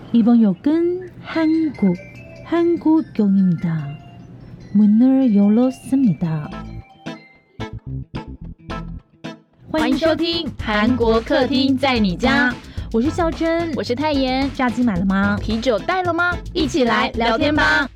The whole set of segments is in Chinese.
이번 역은 한국역입니다. 문을 열었습니다. 欢迎收听韩国客厅在你家， 我是孝珍， 我是泰妍。 炸鸡买了吗？ 啤酒带了吗？一起来聊天吧。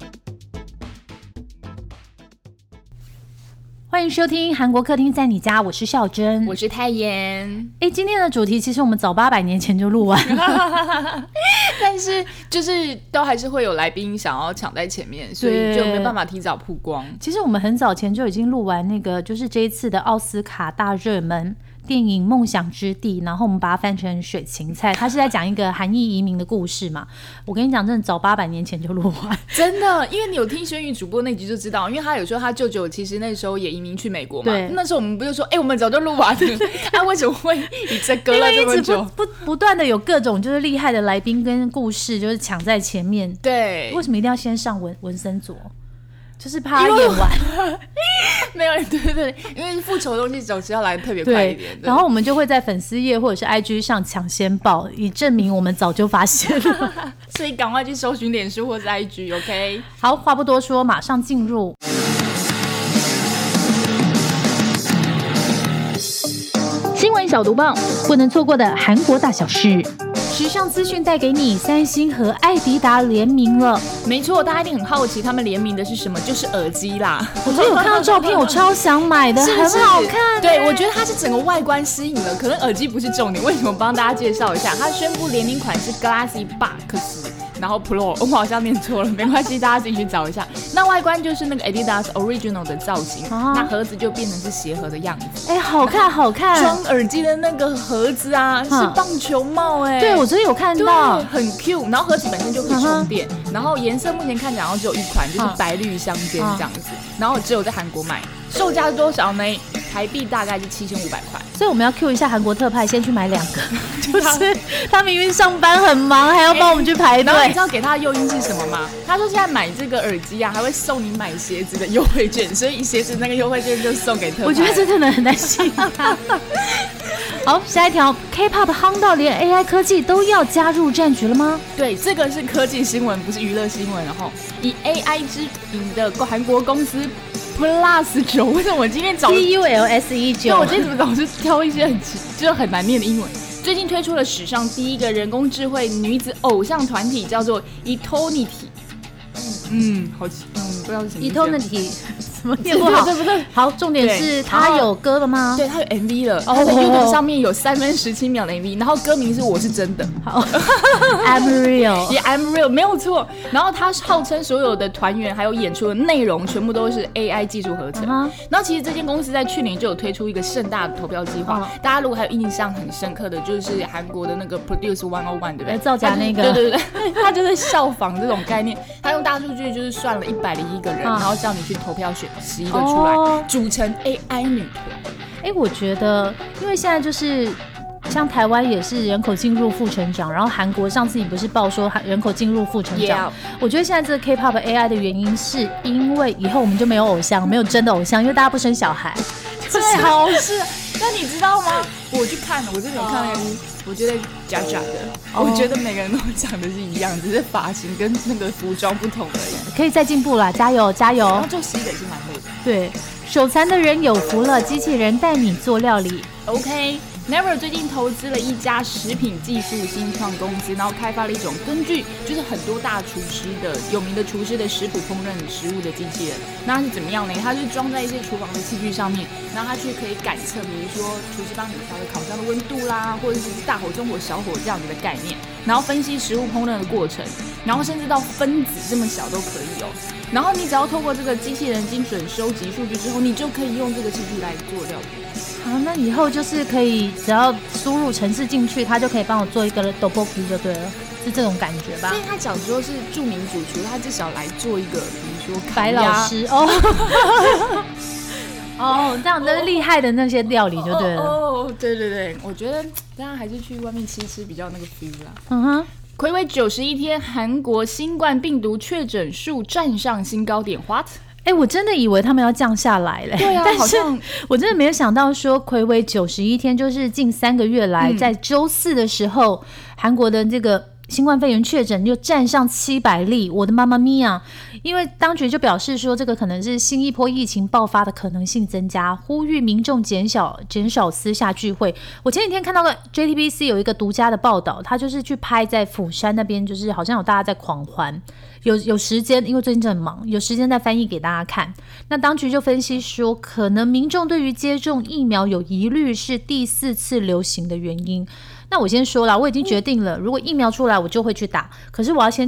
欢迎收听韩国客厅在你家，我是孝珍， 我是泰妍。 今天的主题其实我们早800年前就录完了但是就是都还是会有来宾想要抢在前面，所以就没办法提早曝光。 其实我们很早前就已经录完那个就是这一次的奥斯卡大热门电影《梦想之地》，然后我们把它翻成水芹菜，它是在讲一个韩裔移民的故事嘛。我跟你讲，真的早800年前就录完， 真的，因为你有听轩宇主播那集就知道，因为他有说他舅舅其实那时候也移民去美国嘛。那时候我们不就说，我们早就录完了，为什么会一直隔了这么久？ 不断的有各种就是厉害的来宾跟故事，就是抢在前面。 对， 为什么一定要先上文森佐？就是怕他演完没有，对，因为复仇的东西总是要来得特别快一点。 然后我们就会在粉丝页或者是 IG 上抢先报，以证明我们早就发现了所以赶快去搜寻脸书或是 IG OK。 好，话不多说，马上进入新闻小读报， 不能错过的韩国大小事，时尚资讯带给你。三星和艾迪达联名了， 没错，大家一定很好奇他们联名的是什么，就是耳机啦。 我昨天有看到照片，我超想买的，很好看。 对，我觉得它是整个外观吸引了，可能耳机不是重点。为什么？帮大家介绍一下，它宣布联名款是 Galaxy Buds。然后 Pro， 我好像念错了，没关系，大家自己去找一下。那外观就是那个 Adidas Original 的造型，那盒子就变成是鞋盒的样子。 好看好看。 装耳机的那个盒子啊，是棒球帽对，我昨天有看到， 很 Q。然后盒子本身就可以充电，然后颜色目前看起来好像只有一款，就是白绿相间这样子。然后只有在韩国买，售价是多少呢？台币大概是7500块。 所以我们要 Q 一下韩国特派，先去买2个。就是他明明上班很忙，还要帮我们去排队。 然后你知道给他的诱因是什么吗？他说现在买这个耳机啊，还会送你买鞋子的优惠券，所以鞋子那个优惠券就送给特派。 我觉得这可能很难吸引他。好，下一条 ，K-pop 夯到连 AI 科技都要加入战局了吗？ 对，这个是科技新闻，不是娱乐新闻。然后以 AI 之名的韩国公司 Plus9， 为什么我今天找 PULS19？ 对，我今天怎么总是挑一些就是很难念的英文？最近推出了史上第一个人工智慧女子偶像团体，叫做 Eternity。不知道是什么。 Eternity 什么念不好？对。好，重点是它有歌了吗？ 对，它有 MV 了。它在 YouTube 上面有3分17秒的 MV， 然后歌名是我是真的。 好，I'm real， 也 I'm real， 没有错。然后它号称所有的团员还有演出的内容全部都是 AI 技术合成。然后其实这间公司在去年就有推出一个盛大的投票计划，大家如果还有印象很深刻的，就是韩国的那个 Produce 101，对不对？ 造假那个。 对，他就是效仿这种概念，他用大数据就是算了101个人，然后叫你去投票选11个出来，组成 AI 女团。 我觉得，因为现在就是像台湾也是人口进入负成长，然后韩国上次你不是报说人口进入负成长，我觉得现在这个 K-pop AI 的原因是因为以后我们就没有偶像，没有真的偶像，因为大家不生小孩。 最好是，那你知道吗？我去看了，我真的有看那个，我觉得假的。我觉得每个人都长得是一样，只是发型跟那个服装不同而已。 可以再进步啦，加油加油！ 然后做11个也是蛮累的。 对，手残的人有福了，机器人带你做料理。 OK。Never 最近投资了一家食品技术新创公司，然后开发了一种根据就是很多大厨师的有名的厨师的食谱烹饪食物的机器人。那它是怎么样呢？它就装在一些厨房的器具上面，然后它去可以感测，比如说厨师帮你调的烤箱的温度啦，或者是大火、中火、小火这样子的概念，然后分析食物烹饪的过程，然后甚至到分子这么小都可以哦。然后你只要透过这个机器人精准收集数据之后，你就可以用这个器具来做料理。 好，那以后就是可以只要输入程式进去，它就可以帮我做一个 tteokbokki 就对了，是这种感觉吧？ 所以他讲说是著名主厨，他至少来做一个，比如说白老师这样的厉害的那些料理就对了。 对，我觉得大家还是去外面吃比较那个 feel 啦。睽违91天，韩国新冠病毒确诊数站上新高点 ，what？ 我真的以为他们要降下来了， 对啊， 但是我真的没有想到说睽违91天，就是近3个月来，在周4的时候，韩国的这个新冠肺炎确诊又站上700例，我的妈妈咪呀！因为当局就表示说，这个可能是新一波疫情爆发的可能性增加，呼吁民众减少私下聚会。我前几天看到个 JTBC 有一个独家的报道，他就是去拍在釜山那边，就是好像有大家在狂欢，有时间，因为最近真的很忙，有时间再翻译给大家看。那当局就分析说，可能民众对于接种疫苗有疑虑是第4次流行的原因。那我先说啦，我已经决定了，如果疫苗出来我就会去打，可是我要请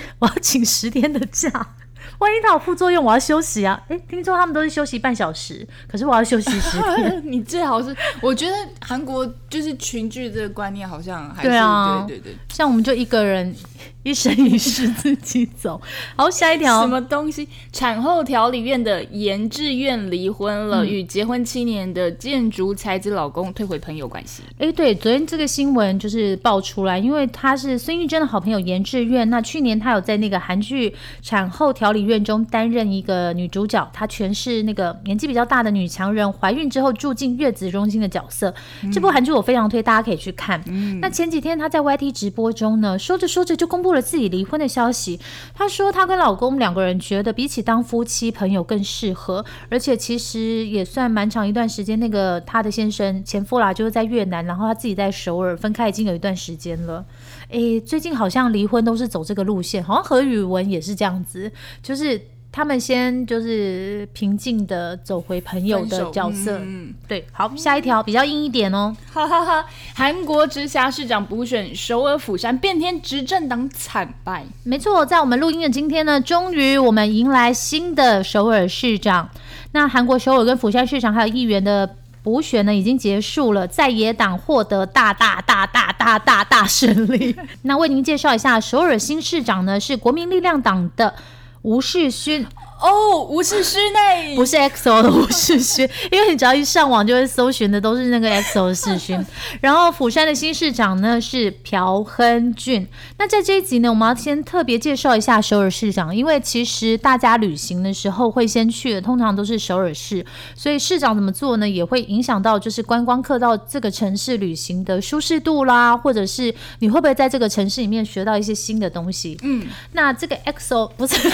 10天的假，万一它有副作用我要休息啊。听说他们都是休息半小时，可是我要休息10天。 你最好是，我觉得韩国就是群聚这个观念好像还是，对啊，对， 像我们就一个人一生一世自己走。好，下一条， 什么东西？产后调理院的严志愿离婚了，与结婚7年的建筑才子老公退回朋友关系。 对，昨天这个新闻就是爆出来，因为他是孙艺珍的好朋友严志愿，那去年他有在那个韩剧产后调理院中担任一个女主角，她诠释那个年纪比较大的女强人怀孕之后住进月子中心的角色。这部韩剧我非常推，大家可以去看。那前几天她在 YT 直播中呢，说着说着就公布了自己离婚的消息。她说她跟老公2个人觉得比起当夫妻朋友更适合，而且其实也算蛮长一段时间，那个她的先生前夫啦就是在越南，然后她自己在首尔，分开已经有一段时间了。最近好像离婚都是走这个路线，好像何宇文也是这样子，就是他们先就是平静的走回朋友的角色。对，好，下一条比较硬一点哦。 哈哈哈！韩国直辖市长补选，首尔、釜山变天执政党惨败。 没错，在我们录音的今天呢，终于我们迎来新的首尔市长。那韩国首尔跟釜山市长还有议员的补选呢已经结束了，在野党获得大胜利。那为您介绍一下，首尔新市长呢是国民力量党的吴世勋。 吴世勋呢？ 不是 EXO 的吴世勋，因为你只要一上网就会搜寻的都是那个 EXO 的世勋。然后釜山的新市长呢是朴亨俊。那在这一集呢，我们要先特别介绍一下首尔市长，因为其实大家旅行的时候会先去的，通常都是首尔市，所以市长怎么做呢，也会影响到就是观光客到这个城市旅行的舒适度啦，或者是你会不会在这个城市里面学到一些新的东西。那这个 EXO 不是。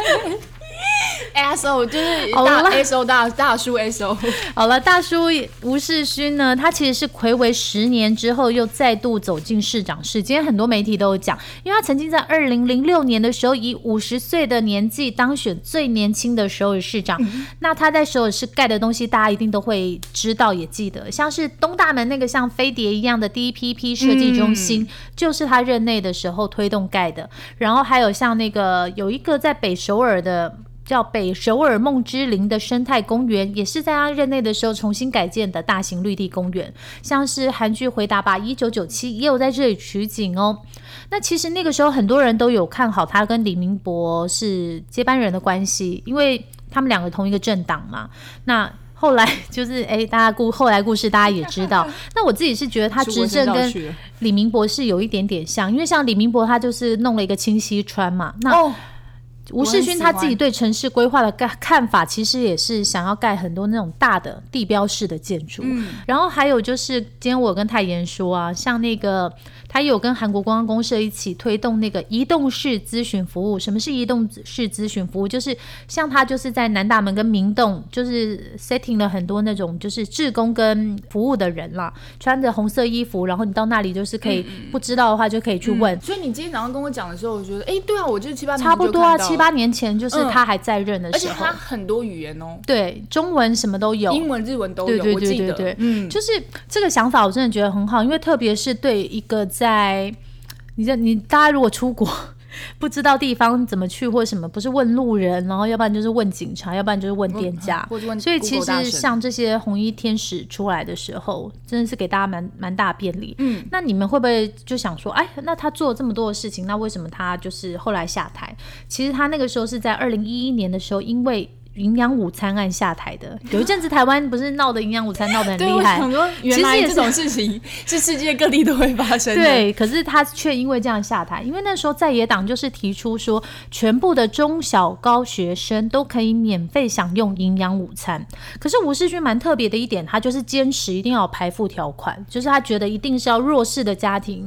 SO 就是大叔 SO。 好了，大叔吴世勋呢，他其实是睽违10年之后又再度走进市长室。今天很多媒体都有讲，因为他曾经在2006年的时候以50岁的年纪当选最年轻的首尔市长。那他在首尔市盖的东西，大家一定都会知道也记得，像是东大门那个像飞碟一样的 DPP 设计中心，就是他任内的时候推动盖的。然后还有像那个有一个在北首尔的叫北首尔梦之林的生态公园，也是在他任内的时候重新改建的大型绿地公园。像是韩剧《回答吧1997》也有在这里取景哦。那其实那个时候很多人都有看好他跟李明博是接班人的关系，因为他们2个同一个政党嘛。那后来就是大家后来故事大家也知道。那我自己是觉得他执政跟李明博是有一点点像，因为像李明博他就是弄了一个清溪川嘛。那吴世勋他自己对城市规划的看法，其实也是想要盖很多那种大的地标式的建筑。然后还有就是今天我有跟泰妍说啊，像那个他有跟韩国观光公社一起推动那个移动式咨询服务。什么是移动式咨询服务？就是像他就是在南大门跟明洞就是 setting 了很多那种就是志工跟服务的人啦，穿着红色衣服，然后你到那里就是可以不知道的话就可以去问。 所以你今天早上跟我讲的时候，我觉得对啊，我就是7-8年差不多啊，7-8年前就是他还在任的时候。 而且他很多语言哦，对， 中文什么都有， 英文日文都有。我记得就是这个想法我真的觉得很好，因为特别是对一个在你大家如果出国不知道地方怎么去或什么，不是问路人，然后要不然就是问警察，要不然就是问店家，所以其实像这些红衣天使出来的时候，真的是给大家蛮大的便利。那你们会不会就想说，那他做了这么多的事情，那为什么他就是后来下台？其实他那个时候是在2011年的时候，因为营养午餐案下台的。有一阵子台湾不是闹的营养午餐闹得很厉害， 对，我想说原来这种事情是世界各地都会发生的。 对，可是他却因为这样下台，因为那时候在野党就是提出说，全部的中小高学生都可以免费享用营养午餐。可是吴世勋蛮特别的一点，他就是坚持一定要有排富条款，就是他觉得一定是要弱势的家庭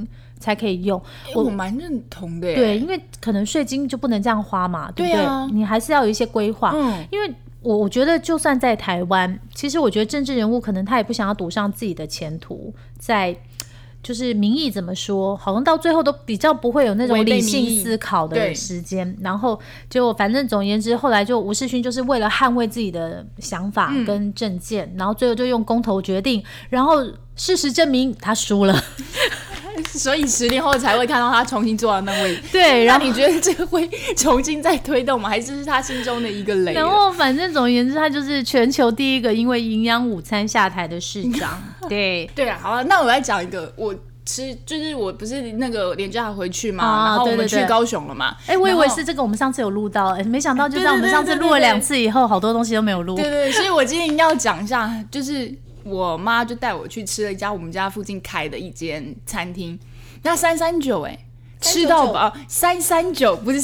才可以用。 我蛮认同的耶。 对，因为可能税金就不能这样花嘛，对不对？你还是要有一些规划。因为我觉得就算在台湾，其实我觉得政治人物可能他也不想要赌上自己的前途，在就是民意怎么说，好像到最后都比较不会有那种理性思考的时间。然后结果反正总而言之，后来就吴世勋就是为了捍卫自己的想法跟政见，然后最后就用公投决定，然后事实证明他输了。 所以10年后才会看到他重新坐到那位。 对，然后你觉得这个会重新再推动吗？还是他心中的一个雷？ 然后反正总而言之，他就是全球第一个因为营养午餐下台的市长。对对啊，好了，那我来讲一个，就是我不是那个连假回去嘛，然后我们去高雄了嘛。 我以为是这个，我们上次有录到，没想到就在我们上次录了2次以后，好多东西都没有录。 对，所以我今天要讲一下，就是我妈就带我去吃了一家我们家附近开的一间餐厅，那339吃到饱，339不是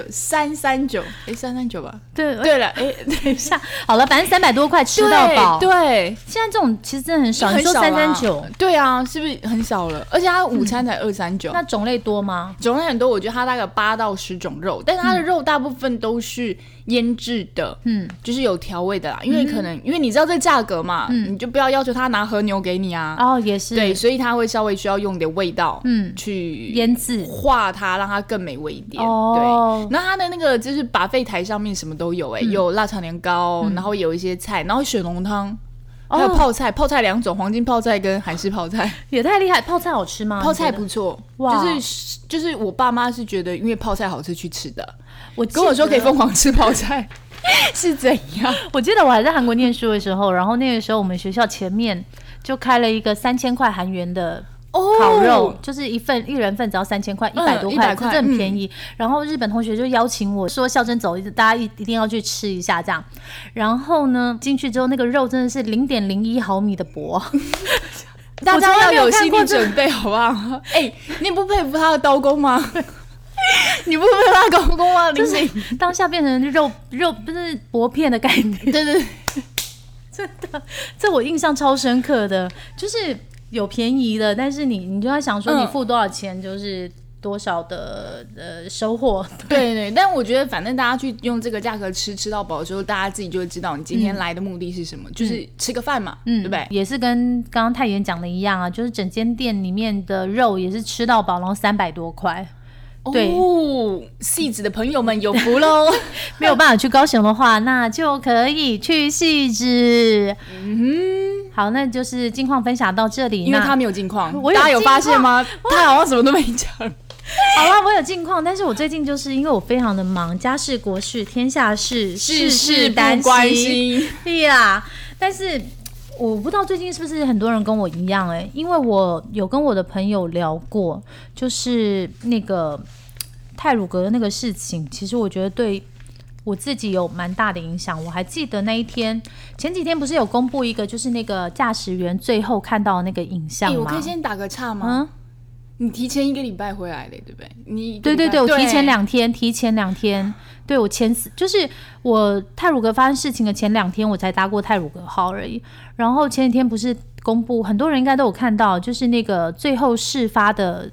399，339， 339吧？对了， 等一下，好了，反正300多块吃到饱。 对， 现在这种其实真的很少。你说339， 对啊，是不是很少了？而且它午餐才239。 那种类多吗？ 种类很多，我觉得它大概8到10种肉，但是它的肉大部分都是腌制的，就是有调味的啦。因为因为你知道这价格嘛，你就不要求他拿和牛给你啊。 也是。 对，所以他会稍微需要用点味道，去腌制。 化它，让它更美味一点。对，那它的那个就是buffet台上面什么都有，有辣炒年糕，然后有一些菜，然后雪浓汤，还有泡菜2种，黄金泡菜跟韩式泡菜， 也太厉害。泡菜好吃吗？ 泡菜不错，就是我爸妈是觉得因为泡菜好吃去吃的，跟我说可以疯狂吃泡菜。是怎样？ 我记得我还在韩国念书的时候，然后那个时候我们学校前面就开了一个3000块韩元的烤肉，就是一人份只要3000块，100多块，真的很便宜。然后日本同学就邀请我说：“孝珍走，大家一定要去吃一下这样。”然后呢，进去之后那个肉真的是0.01毫米的薄。 大家要有心理准备，好不好？你不佩服他的刀工吗？你不佩服他的刀工吗？ 就是当下变成肉不是薄片的概念。 对， 真的，这我印象超深刻的，就是有便宜的，但是你就在想说你付多少钱就是多少的收获。 对，但我觉得反正大家去用这个价格吃到饱的时候，大家自己就会知道你今天来的目的是什么，就是吃个饭嘛，对不对？ 也是跟刚刚泰妍讲的一样啊，就是整间店里面的肉也是吃到饱，然后300多块。对， 汐止的朋友们有福喽！ 没有办法去高雄的话，那就可以去汐止。好，那就是近况分享到这里。 因为他没有近况，大家有发现吗？他好像什么都没讲。 好啦，我有近况，但是我最近就是因为我非常的忙，家事国事天下事，事事担心。对啦，但是我不知道最近是不是很多人跟我一样因为我有跟我的朋友聊过，就是那个太鲁阁的那个事情，其实我觉得对我自己有蛮大的影响。我还记得那一天，前几天不是有公布一个，就是那个驾驶员最后看到的那个影像吗？ 我可以先打个岔吗？你提前1个礼拜回来了，对不对？ 对，我提前2天。对，我就是我太鲁阁发生事情的前2天，我才搭过太鲁阁号而已。然后前几天不是公布，很多人应该都有看到，就是那个最后事发的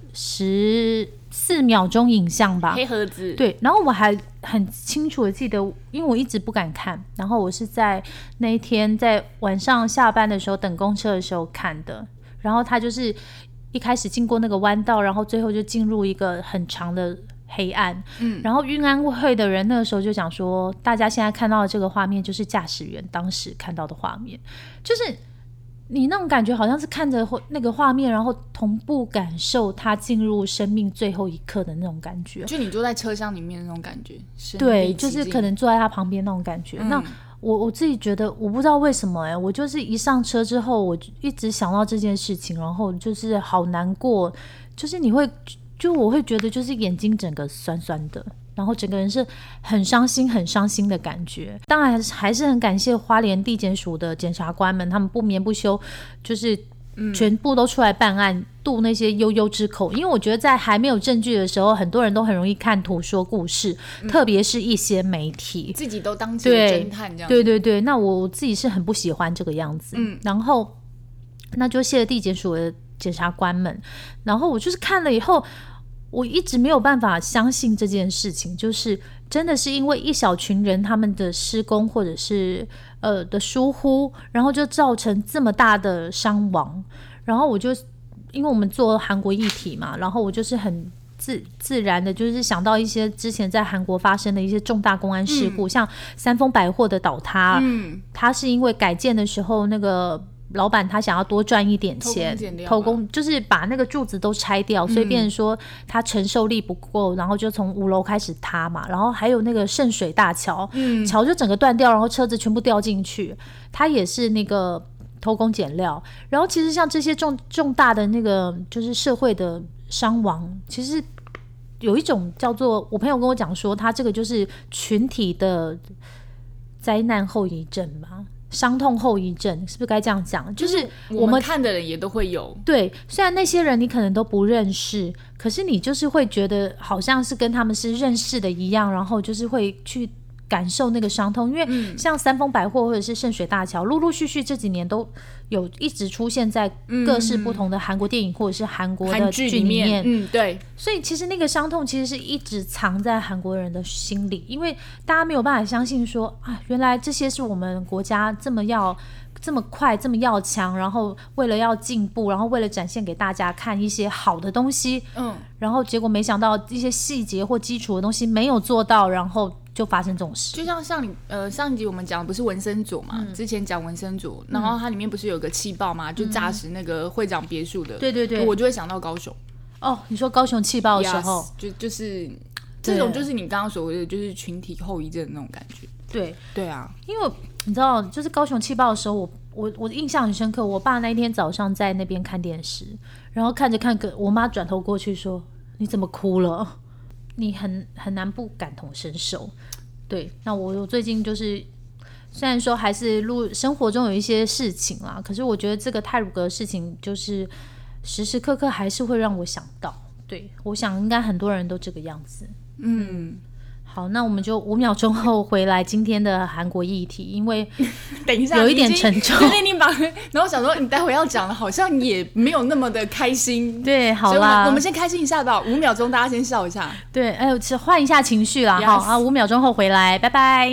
14秒钟影像吧， 黑盒子。 对，然后我还很清楚的记得，因为我一直不敢看，然后我是在那一天在晚上下班的时候等公车的时候看的。然后他就是一开始经过那个弯道，然后最后就进入一个很长的黑暗。然后运安会的人那个时候就讲说，大家现在看到的这个画面就是驾驶员当时看到的画面，就是你那种感觉好像是看着那个画面，然后同步感受他进入生命最后一刻的那种感觉， 就你坐在车厢里面的那种感觉。 对，就是可能坐在他旁边那种感觉。那我自己觉得，我不知道为什么我就是一上车之后，我一直想到这件事情，然后就是好难过，就是我会觉得就是眼睛整个酸酸的，然后整个人是很伤心的感觉。当然还是很感谢花莲地检署的检察官们，他们不眠不休，就是全部都出来办案，渡那些悠悠之口。因为我觉得在还没有证据的时候，很多人都很容易看图说故事，特别是一些媒体自己都当起了侦探这样。 对，那我自己是很不喜欢这个样子。然后那就谢了地检署的检察官们。然后我就是看了以后，我一直没有办法相信这件事情，就是真的是因为一小群人他们的施工或者是的疏忽，然后就造成这么大的伤亡。然后我就因为我们做韩国议题嘛，然后我就是很自然的就是想到一些之前在韩国发生的一些重大公安事故，像三丰百货的倒塌，它是因为改建的时候那个老板他想要多赚一点钱，偷工就是把那个柱子都拆掉，所以变成说他承受力不够，然后就从5楼开始塌嘛。然后还有那个圣水大桥，桥就整个断掉，然后车子全部掉进去，它也是那个偷工减料。然后其实像这些重大的那个就是社会的伤亡，其实有一种叫做，我朋友跟我讲说，他这个就是群体的灾难后遗症吧，伤痛后遗症，是不是该这样讲？就是我们看的人也都会有。 对，虽然那些人你可能都不认识，可是你就是会觉得好像是跟他们是认识的一样，然后就是会去感受那个伤痛。因为像三丰百货或者是圣水大桥，陆陆续续这几年都有一直出现在各式不同的韩国电影或者是韩国的剧里面。 对， 所以其实那个伤痛其实是一直藏在韩国人的心里，因为大家没有办法相信说啊，原来这些是我们国家这么快这么要强，然后为了要进步，然后为了展现给大家看一些好的东西，然后结果没想到一些细节或基础的东西没有做到，然后就发生这种事。 就像上一集我们讲的不是文森佐嘛，之前讲文森佐，然后它里面不是有个气爆嘛，就炸死那个会长别墅的， 对， 我就会想到高雄。 哦，你说高雄气爆的时候， 就是这种就是你刚刚所谓的就是群体后遗症的那种感觉。对啊， 因为你知道，就是高雄气爆的时候，我印象很深刻。我爸那天早上在那边看电视，然后看着我妈转头过去说：“你怎么哭了？”你很难不感同身受。对，那我最近就是虽然说还是生活中有一些事情啦，可是我觉得这个太鲁阁的事情就是时时刻刻还是会让我想到。对，我想应该很多人都这个样子。好，那我们就5秒钟后回来今天的韩国议题，因为等一下有一点沉重。 然后想说你待会要讲的好像也没有那么的开心。 对，好啦， 我们先开心一下吧，5秒钟大家先笑一下。 对，换一下情绪啦。好啊，5秒钟后回来，拜拜。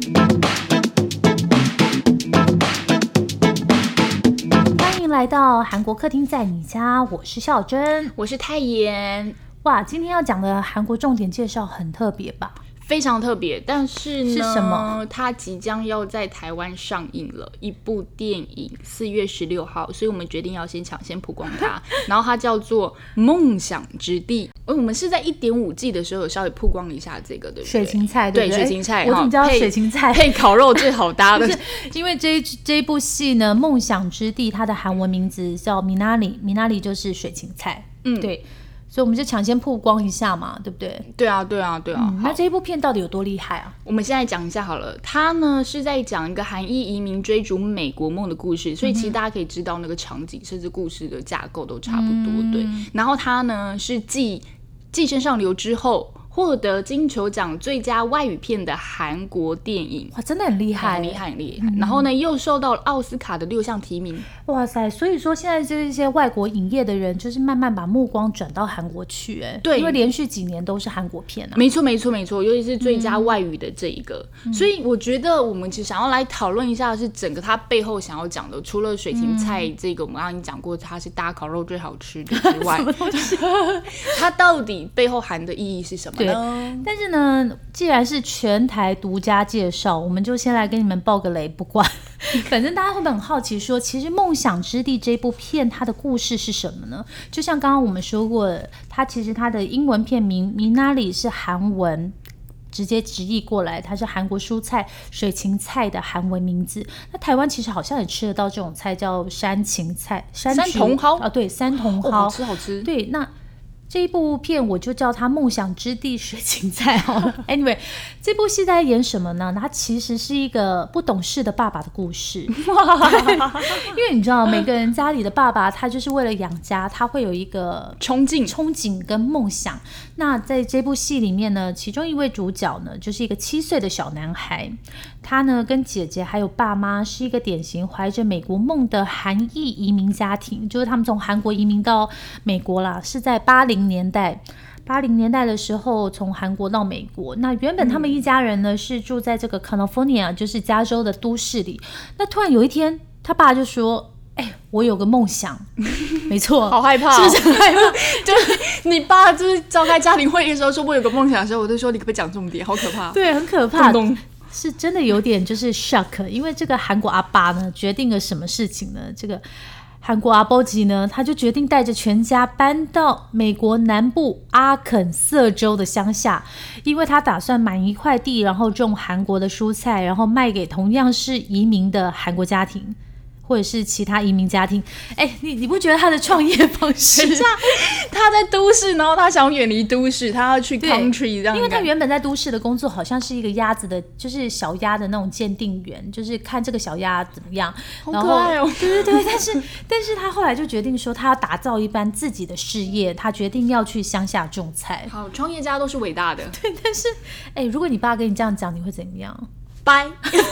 欢迎来到韩国客厅在你家，我是孝珍， 我是泰妍。 哇，今天要讲的韩国重点介绍很特别吧？ 非常特别，但是呢， 是什么？ 它即将要在台湾上映了一部电影，4月16号，所以我们决定要抢先曝光它。然后它叫做《梦想之地》。我们是在1.5季的时候有稍微曝光了一下这个，对不对？ 水芹菜，对不对？ 水芹菜， 我怎么知道水芹菜配烤肉最好搭的？ 因为这一部戏呢，《梦想之地》它的韩文名字叫 Minari，Minari 就是水芹菜。对。所以我们就抢先曝光一下嘛，对不对？ 对啊。 那这一部片到底有多厉害啊？ 我们现在讲一下好了。它呢是在讲一个韩裔移民追逐美国梦的故事，所以其实大家可以知道那个场景，甚至故事的架构都差不多。对。然后它呢是继《寄生上流》之后获得金球奖最佳外语片的韩国电影。 哇，真的很厉害， 很厉害。然后呢，又受到了奥斯卡的6项提名。 哇塞！所以说现在这些外国影业的人，就是慢慢把目光转到韩国去， 对， 因为连续几年都是韩国片啊。 没错，尤其是最佳外语的这一个。所以我觉得我们其实想要来讨论一下，是整个它背后想要讲的，除了水芹菜这个我们刚刚已经讲过，它是搭烤肉最好吃的之外，它到底背后含的意义是什么？ 对，但是呢，既然是全台独家介绍，我们就先来跟你们爆个雷，不管。反正大家会不会很好奇说，其实《梦想之地》这部片它的故事是什么呢？就像刚刚我们说过的，其实它的英文片名 Minari 是韩文直接直译过来，它是韩国蔬菜水芹菜的韩文名字。那台湾其实好像也吃得到这种菜，叫山芹菜、山茼蒿啊，对，山茼蒿， 好吃。 对，那这一部片我就叫它梦想之地水芹菜好了。Anyway， 这部戏在演什么呢？它其实是一个不懂事的爸爸的故事。因为你知道每个人家里的爸爸他就是为了养家，他会有一个憧憬跟梦想。那在这部戏里面呢，其中一位主角呢就是一个7岁的小男孩，他呢跟姐姐还有爸妈是一个典型怀着美国梦的韩裔移民家庭，就是他们从韩国移民到美国啦，是在80年代的时候从韩国到美国。那原本他们一家人呢是住在这个 California， 就是加州的都市里。那突然有一天他爸就说我有个梦想。没错， 好害怕， 是不是很害怕？ 就是你爸就是召开家庭会议的时候说我有个梦想的时候，我就说你可不可以讲重点，好可怕。 对，很可怕。 咚咚， 是真的有点就是 shock， 因为这个韩国阿爸呢决定了什么事情呢？这个韩国阿波吉呢，他就决定带着全家搬到美国南部阿肯色州的乡下，因为他打算买一块地，然后种韩国的蔬菜，然后卖给同样是移民的韩国家庭。或者是其他移民家庭。你不觉得他的创业方式他在都市，然后他想远离都市，他要去 country 这样。 因为他原本在都市的工作好像是一个鸭子的，就是小鸭的那种鉴定员，就是看这个小鸭怎么样。 好可爱哦。 对，但是他后来就决定说他要打造一番自己的事业，他决定要去乡下种菜。 好，创业家都是伟大的。 对，但是如果你爸跟你这样讲，你会怎么样？ 拜。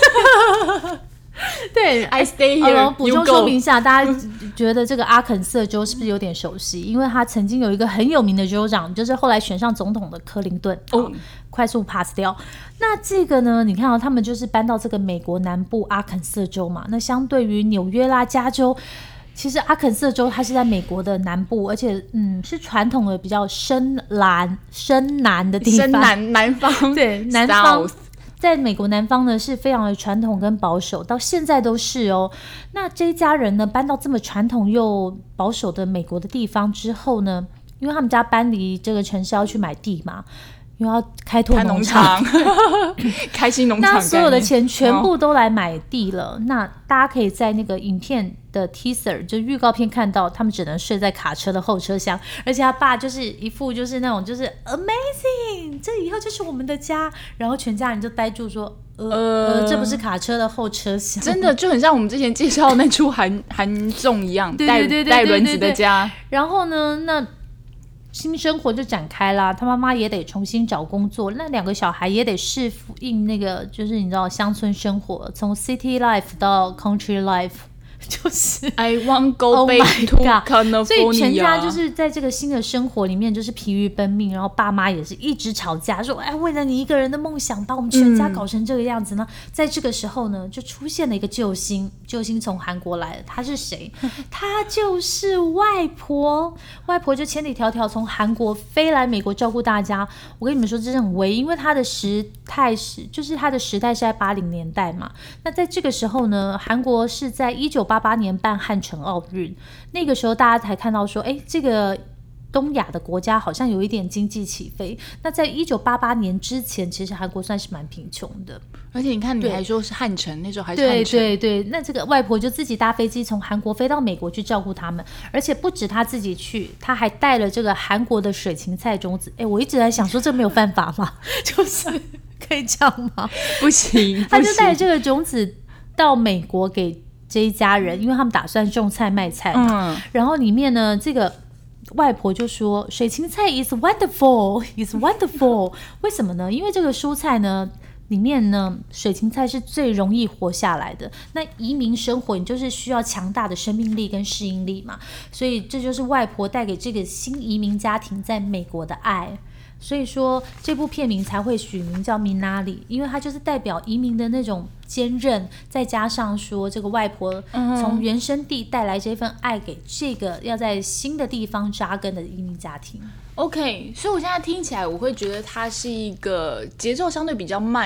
对 ，I stay here。 补充说明一下，大家觉得这个阿肯色州是不是有点熟悉？因为他曾经有一个很有名的州长，就是后来选上总统的克林顿。快速 pass 掉。那这个呢？你看他们就是搬到这个美国南部阿肯色州嘛。那相对于纽约啦、加州，其实阿肯色州它是在美国的南部，而且是传统的比较深南的地方， 南方， 对，南方。在美国南方呢是非常的传统跟保守，到现在都是哦。那这一家人呢搬到这么传统又保守的美国的地方之后呢，因为他们家搬离这个城市要去买地嘛，因为要开拓农场开心农场， 那所有的钱全部都来买地了。那大家可以在那个影片的 teaser 就预告片看到，他们只能睡在卡车的后车厢，而且他爸就是一副就是那种就是 amazing， 这以后就是我们的家，然后全家人就呆住说这不是卡车的后车厢， 真的就很像我们之前介绍那出韩综一样，带轮子的家。 然后呢，那新生活就展开啦，他妈妈也得重新找工作，那2个小孩也得适应那个就是你知道乡村生活，从 city life 到 country life， 就是 I want go back to California， 所以全家就是在这个新的生活里面就是疲于奔命，然后爸妈也是一直吵架，说为了你一个人的梦想把我们全家搞成这个样子呢。在这个时候呢就出现了一个救星从韩国来了，他是谁？他就是外婆就千里迢迢从韩国飞来美国照顾大家。我跟你们说这是很危，因为他的时代是在80年代嘛。那在这个时候呢，韩国是在1988年办汉城奥运，那个时候大家才看到说这个东亚的国家好像有一点经济起飞。那在1988年之前，其实韩国算是蛮贫穷的。 而且你看，你还说是汉城，那时候还是汉城。 对，那这个外婆就自己搭飞机从韩国飞到美国去照顾他们，而且不止她自己去，她还带了这个韩国的水芹菜种子。我一直在想说，这没有犯法吗？就是可以这样吗？ 不行， 她就带这个种子到美国给这一家人，因为他们打算种菜卖菜嘛。然后里面呢，这个外婆就说水芹菜 is wonderful， 为什么呢？因为这个蔬菜呢里面呢，水芹菜是最容易活下来的。那移民生活，你就是需要强大的生命力跟适应力嘛，所以这就是外婆带给这个新移民家庭在美国的爱。所以说这部片名才会取名叫 Minari， 因为它就是代表移民的那种坚韧，再加上说这个外婆从原生地带来这份爱给这个要在新的地方扎根的移民家庭。 OK， 所以我现在听起来我会觉得它是一个节奏相对比较慢，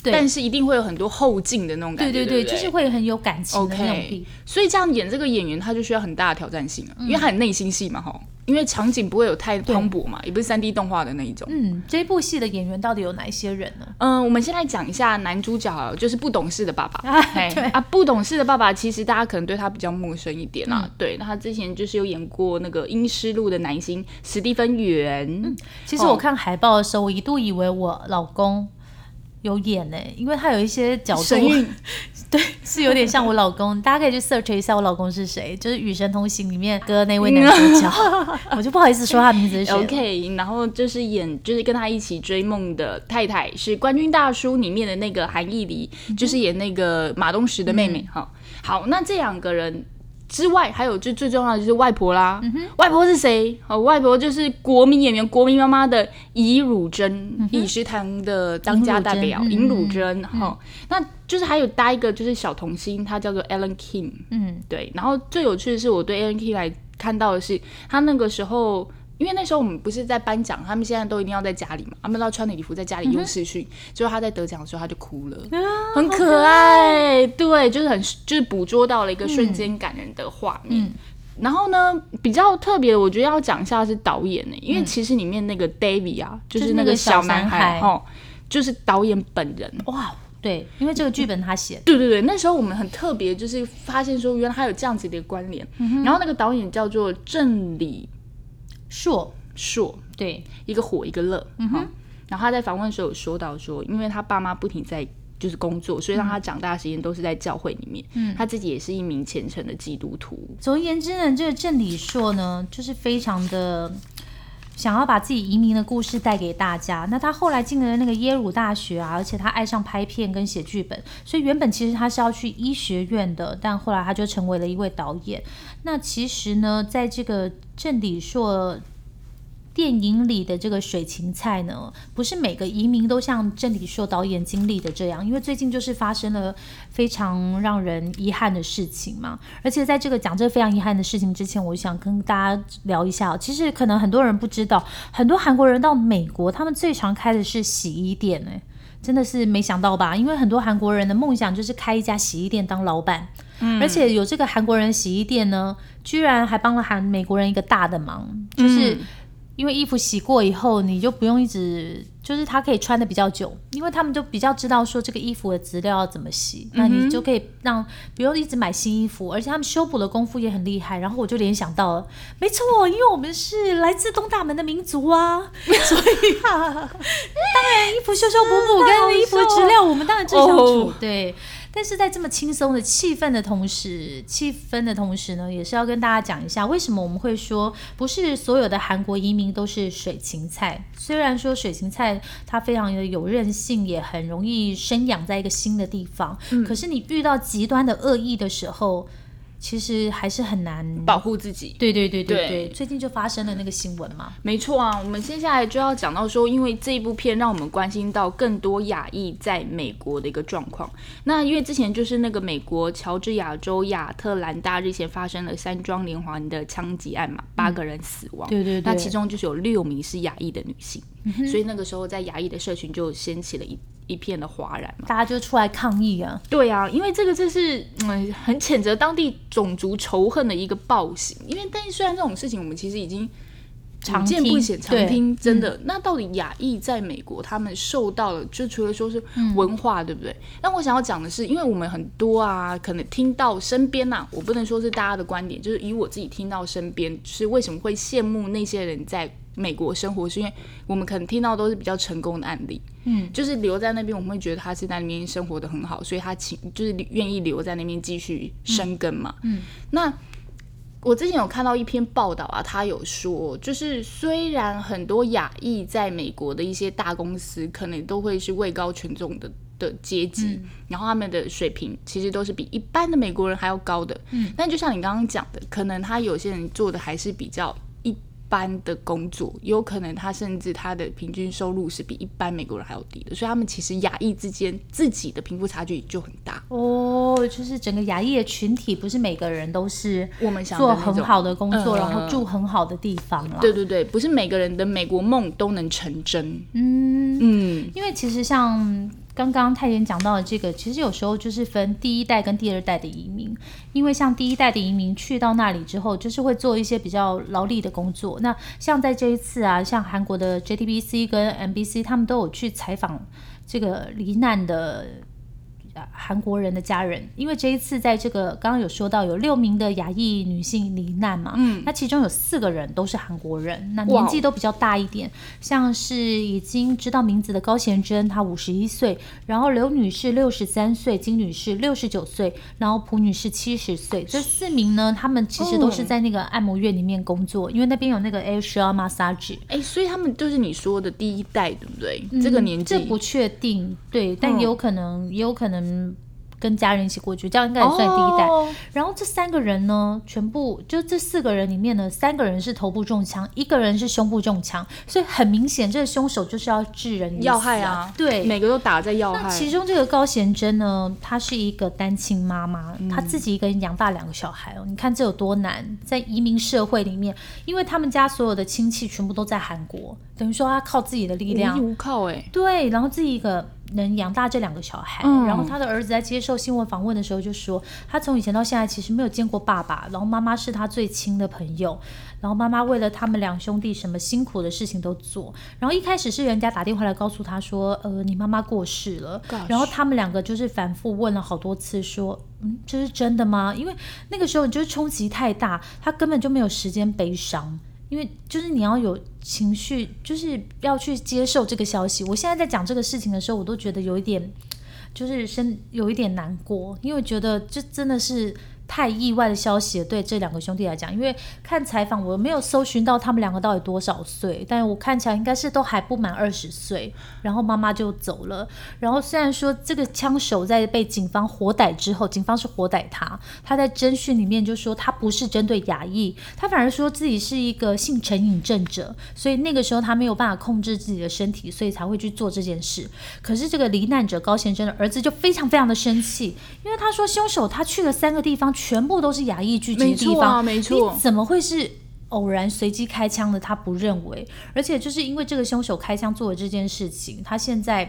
但是一定会有很多后劲的那种感觉。 对，就是会很有感情的那种戏。 所以这样演这个演员他就需要很大的挑战性因为他很内心戏嘛因为场景不会有太磅礴嘛，也不是 3D 动画的那一种。 这一部戏的演员到底有哪一些人呢？ 我们先来讲一下男主角，就是不懂事的爸爸。不懂事的爸爸其实大家可能对他比较陌生一点啦。对，那他之前就是有演过那个《阴尸路》的男星史蒂芬·元。 其实我看海报的时候，我一度以为我老公有演因为他有一些角度对，是有点像我老公。大家可以去 search 一下我老公是谁，就是《与神同行》里面的那位男主角我就不好意思说他名字是谁。 OK， 然后就是跟他一起追梦的太太是《冠军大叔》里面的那个韩艺梨，就是演那个马东石的妹妹。好，那这2个人之外，还有就最重要的就是外婆啦。外婆是谁？外婆就是国民演员国民妈妈的尹汝贞，饮食堂的当家代表尹汝贞。那就是还有搭一个就是小童星，他叫做 Alan Kim。对。然后最有趣的是，我对 Alan Kim 来看到的是，他那个时候。因为那时候我们不是在颁奖，他们现在都一定要在家里嘛，他们都要穿礼服在家里用视讯。结果他在得奖的时候他就哭了，很可爱。对，就是捕捉到了一个瞬间感人的画面。然后呢，比较特别的，我觉得要讲一下是导演因为其实里面那个 David 啊，就是那个小男孩就是导演本人。 哇，对，因为这个剧本他写的。 对，那时候我们很特别，就是发现说原来他有这样子的一个关联。然后那个导演叫做郑李硕，对，一个火一个乐。然后他在访问的时候有说到说，因为他爸妈不停在就是工作，所以让他长大的时间都是在教会里面。他自己也是一名虔诚的基督徒。 总而言之呢，这个郑李硕呢，就是非常的想要把自己移民的故事带给大家。那他后来进了那个耶鲁大学啊，而且他爱上拍片跟写剧本，所以原本其实他是要去医学院的，但后来他就成为了一位导演。那其实呢，在这个郑李硕电影里的这个水芹菜呢，不是每个移民都像郑李硕导演经历的这样，因为最近就是发生了非常让人遗憾的事情嘛。而且在这个讲这个非常遗憾的事情之前，我想跟大家聊一下，其实可能很多人不知道，很多韩国人到美国，他们最常开的是洗衣店真的是没想到吧？因为很多韩国人的梦想就是开一家洗衣店当老板。而且有这个韩国人洗衣店呢，居然还帮了美国人一个大的忙，就是因为衣服洗过以后，你就不用一直，就是它可以穿的比较久，因为他们就比较知道说这个衣服的质料要怎么洗，那你就可以不用一直买新衣服，而且他们修补的功夫也很厉害。然后我就联想到了，没错，因为我们是来自东大门的民族啊，所以当然衣服修修补补跟衣服的质量，我们当然最清楚。对。但是在这么轻松的气氛的同时呢，也是要跟大家讲一下，为什么我们会说不是所有的韩国移民都是水芹菜。虽然说水芹菜它非常的有韧性，也很容易生养在一个新的地方，可是你遇到极端的恶意的时候，其实还是很难保护自己。 对，最近就发生了那个新闻嘛。 没错啊，我们接下来就要讲到说，因为这一部片让我们关心到更多亚裔在美国的一个状况。那因为之前就是那个美国乔治亚州亚特兰大日前发生了3桩连环的枪击案嘛，8个人死亡。 对， 那其中就是有6名是亚裔的女性。所以那个时候在亚裔的社群就掀起了一片的哗然嘛， 大家就出来抗议啊。 对啊，因为这是很谴责当地种族仇恨的一个暴行。但是虽然这种事情我们其实已经常见不鲜，常听，真的。那到底亚裔在美国他们受到了，就除了说是文化，对不对？那我想要讲的是，因为我们很多啊，可能听到身边啊，我不能说是大家的观点，就是以我自己听到身边，是为什么会羡慕那些人在美国生活，是因为我们可能听到都是比较成功的案例，就是留在那边，我们会觉得他是在那边生活的很好，所以他就是愿意留在那边继续生根嘛。那我之前有看到一篇报道啊，他有说，就是虽然很多亚裔在美国的一些大公司可能都会是位高权重的阶级，然后他们的水平其实都是比一般的美国人还要高的，但就像你刚刚讲的，可能他有些人做的还是比较一般的工作，有可能他甚至他的平均收入是比一般美国人还要低的，所以他们其实亚裔之间自己的贫富差距就很大。 就是整个亚裔的群体不是每个人都是我们想的做很好的工作，然后住很好的地方啦。 对，不是每个人的美国梦都能成真。 因为其实像刚刚太妍讲到的这个，其实有时候就是分第一代跟第二代的移民，因为像第一代的移民去到那里之后，就是会做一些比较劳力的工作。那像在这一次啊，像韩国的 JTBC 跟 MBC 他们都有去采访这个罹难的韩国人的家人，因为这一次在这个刚刚有说到有6名的亚裔女性罹难嘛，那其中有4个人都是韩国人，那年纪都比较大一点，像是已经知道名字的高贤珍，她51岁，然后刘女士63岁，金女士69岁，然后朴女士70岁，这4名呢，他们其实都是在那个按摩院里面工作，因为那边有那个 Air Shell Massage， 所以他们就是你说的第一代，对不对？这个年纪这不确定，对，但也有可能跟家人一起过去，这样应该也算第一代。然后这3个人呢，全部就这4个人里面呢，3个人是头部中枪，1个人是胸部中枪，所以很明显，这个凶手就是要致人于死要害啊， 对， 每个都打在要害。 那其中这个高贤珍呢，她是一个单亲妈妈，她自己一个人养大2个小孩哦。你看这有多难，在移民社会里面，因为他们家所有的亲戚全部都在韩国，等于说她靠自己的力量， 无依无靠对，然后自己一个能养大这2个小孩，然后他的儿子在接受新闻访问的时候就说，他从以前到现在其实没有见过爸爸，然后妈妈是他最亲的朋友，然后妈妈为了他们2兄弟什么辛苦的事情都做，然后一开始是人家打电话来告诉他说，你妈妈过世了，然后他们2个就是反复问了好多次说，这是真的吗？因为那个时候就是冲击太大，他根本就没有时间悲伤。因为就是你要有情绪，就是要去接受这个消息。我现在在讲这个事情的时候，我都觉得有一点，就是有一点难过，因为觉得这真的是太意外的消息了，对这2个兄弟来讲。因为看采访，我没有搜寻到他们2个到底多少岁，但我看起来应该是都还不满20岁，然后妈妈就走了。然后虽然说这个枪手在被警方活逮之后，警方是活逮他在侦讯里面就说他不是针对亚裔，他反而说自己是一个性成瘾症者，所以那个时候他没有办法控制自己的身体，所以才会去做这件事。可是这个罹难者高贤珍的儿子就非常非常的生气，因为他说凶手他去了3个地方，全部都是亚裔聚集的地方， 没错， 你怎么会是偶然随机开枪的？他不认为，而且就是因为这个凶手开枪做的这件事情，他现在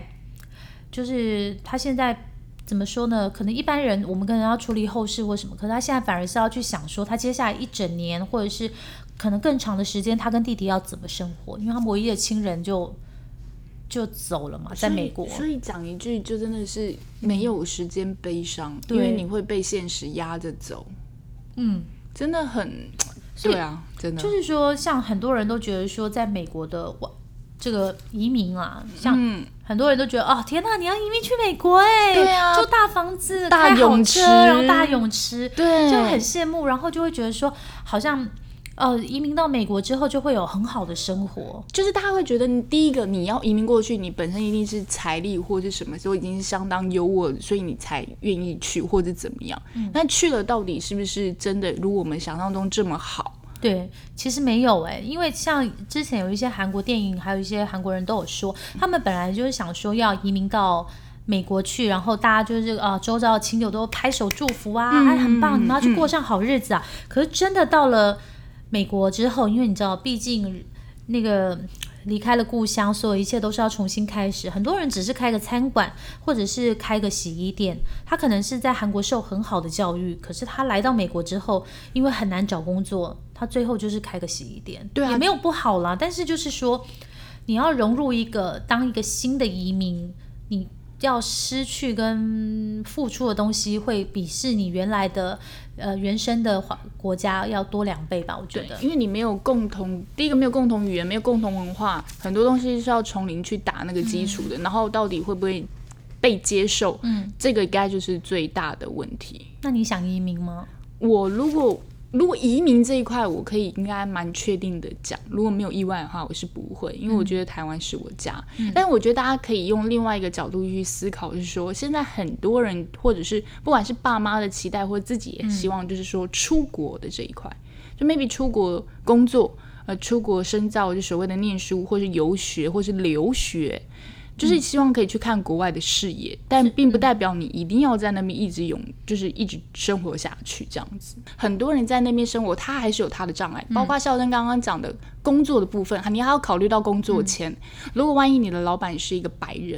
怎么说呢？可能一般人我们可能要处理后事或什么，可是他现在反而是要去想说，他接下来一整年或者是可能更长的时间，他跟弟弟要怎么生活？因为他唯一的亲人就走了嘛，在美国。 所以讲一句，就真的是没有时间悲伤，因为你会被现实压着走。真的很，对啊，真的就是说，像很多人都觉得说，在美国的这个移民啊，像很多人都觉得，天哪，你要移民去美国对啊， 住大房子、 大泳池， 然后大泳池， 对， 就很羡慕，然后就会觉得说，好像。移民到美国之后就会有很好的生活， 就是大家会觉得第一个你要移民过去，你本身一定是财力或是什么时候已经是相当优渥，所以你才愿意去或者怎么样。但去了到底是不是真的如我们想象中这么好？ 对，其实没有因为像之前有一些韩国电影，还有一些韩国人都有说，他们本来就是想说要移民到美国去，然后大家就是周遭的亲友都拍手祝福啊，很棒，你们要去过上好日子啊。可是真的到了美国之后，因为你知道，毕竟那个离开了故乡，所有一切都是要重新开始。很多人只是开个餐馆，或者是开个洗衣店，他可能是在韩国受很好的教育，可是他来到美国之后，因为很难找工作，他最后就是开个洗衣店。对啊，也没有不好啦，但是就是说，你要融入当一个新的移民，你要失去跟付出的东西会比是你原来的原生的国家要多2倍吧，我觉得。 因为你没有第一个没有共同语言，没有共同文化，很多东西是要从零去打那个基础的，然后到底会不会被接受，这个应该就是最大的问题。 那你想移民吗？ 我如果移民这一块，我可以应该蛮确定的讲，如果没有意外的话，我是不会，因为我觉得台湾是我家。但我觉得大家可以用另外一个角度去思考，就是说现在很多人或者是不管是爸妈的期待，或者自己也希望，就是说出国的这一块，就 maybe 出国工作，出国深造，就所谓的念书，或是游学，或是留学。就是希望可以去看国外的视野，但并不代表你一定要在那边就是一直生活下去这样子。很多人在那边生活，他还是有他的障碍，包括孝珍刚刚讲的工作的部分，你还要考虑到工作签。如果万一你的老板是一个白人，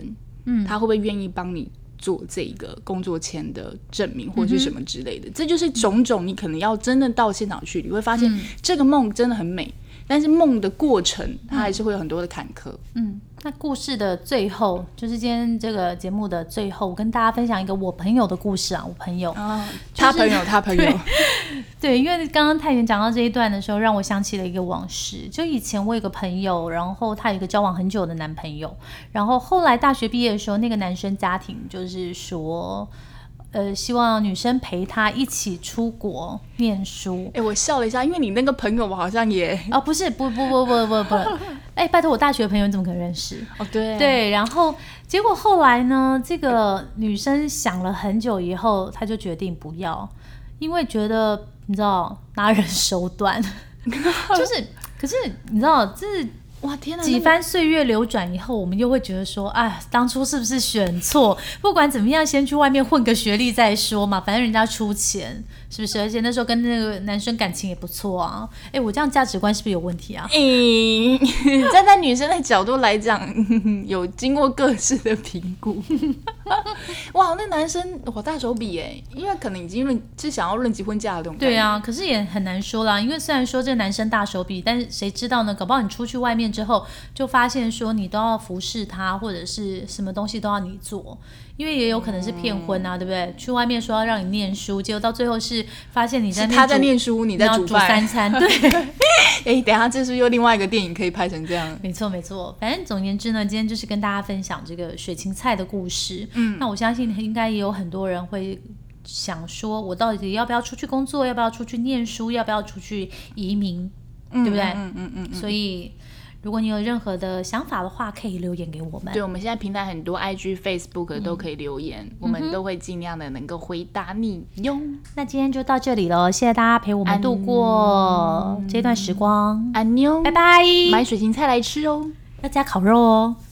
他会不会愿意帮你做这个工作签的证明或者是什么之类的，这就是种种你可能要真的到现场去，你会发现这个梦真的很美，但是梦的过程它还是会有很多的坎坷。 那故事的最后，就是今天这个节目的最后，我跟大家分享一个我朋友的故事啊。我朋友、 他朋友对，因为刚刚太原讲到这一段的时候，让我想起了一个往事。就以前我有个朋友，然后他有一个交往很久的男朋友，然后后来大学毕业的时候，那个男生家庭就是说希望女生陪他一起出国念书。 我笑了一下，因为你那个朋友我好像也不是不拜托，我大学朋友你怎么可能认识？对，然后结果后来呢，这个女生想了很久以后，她就决定不要，因为觉得你知道拿人手短就是可是你知道这哇天哪！ 几番岁月流转以后，我们又会觉得说，哎，当初是不是选错？不管怎么样，先去外面混个学历再说嘛，反正人家出钱，是不是？而且那时候跟那个男生感情也不错啊。我这样价值观是不是有问题啊？ 站在女生的角度来讲，有经过各式的评估。哇，那男生大手笔因为可能已经是想要论及婚嫁的那种。 对啊，可是也很难说啦，因为虽然说这个男生大手笔，但是谁知道呢？搞不好你出去外面之后，就发现说你都要服侍他，或者是什么东西都要你做，因为也有可能是骗婚啊，对不对？去外面说要让你念书，结果到最后是发现你在他在念书，你在煮 3餐，对。 等一下，这是又另外一个电影可以拍成这样。 没错没错，反正总而言之呢，今天就是跟大家分享这个水芹菜的故事。那我相信应该也有很多人会想说，我到底要不要出去工作，要不要出去念书，要不要出去移民，对不对？所以如果你有任何的想法的话，可以留言给我们。 对，我们现在平台很多 IG、Facebook 都可以留言，我们都会尽量的能够回答你哟。 那今天就到这里了，谢谢大家陪我们度过这段时光。 安妞， 拜拜。 买水芹菜来吃哦， 要加烤肉哦。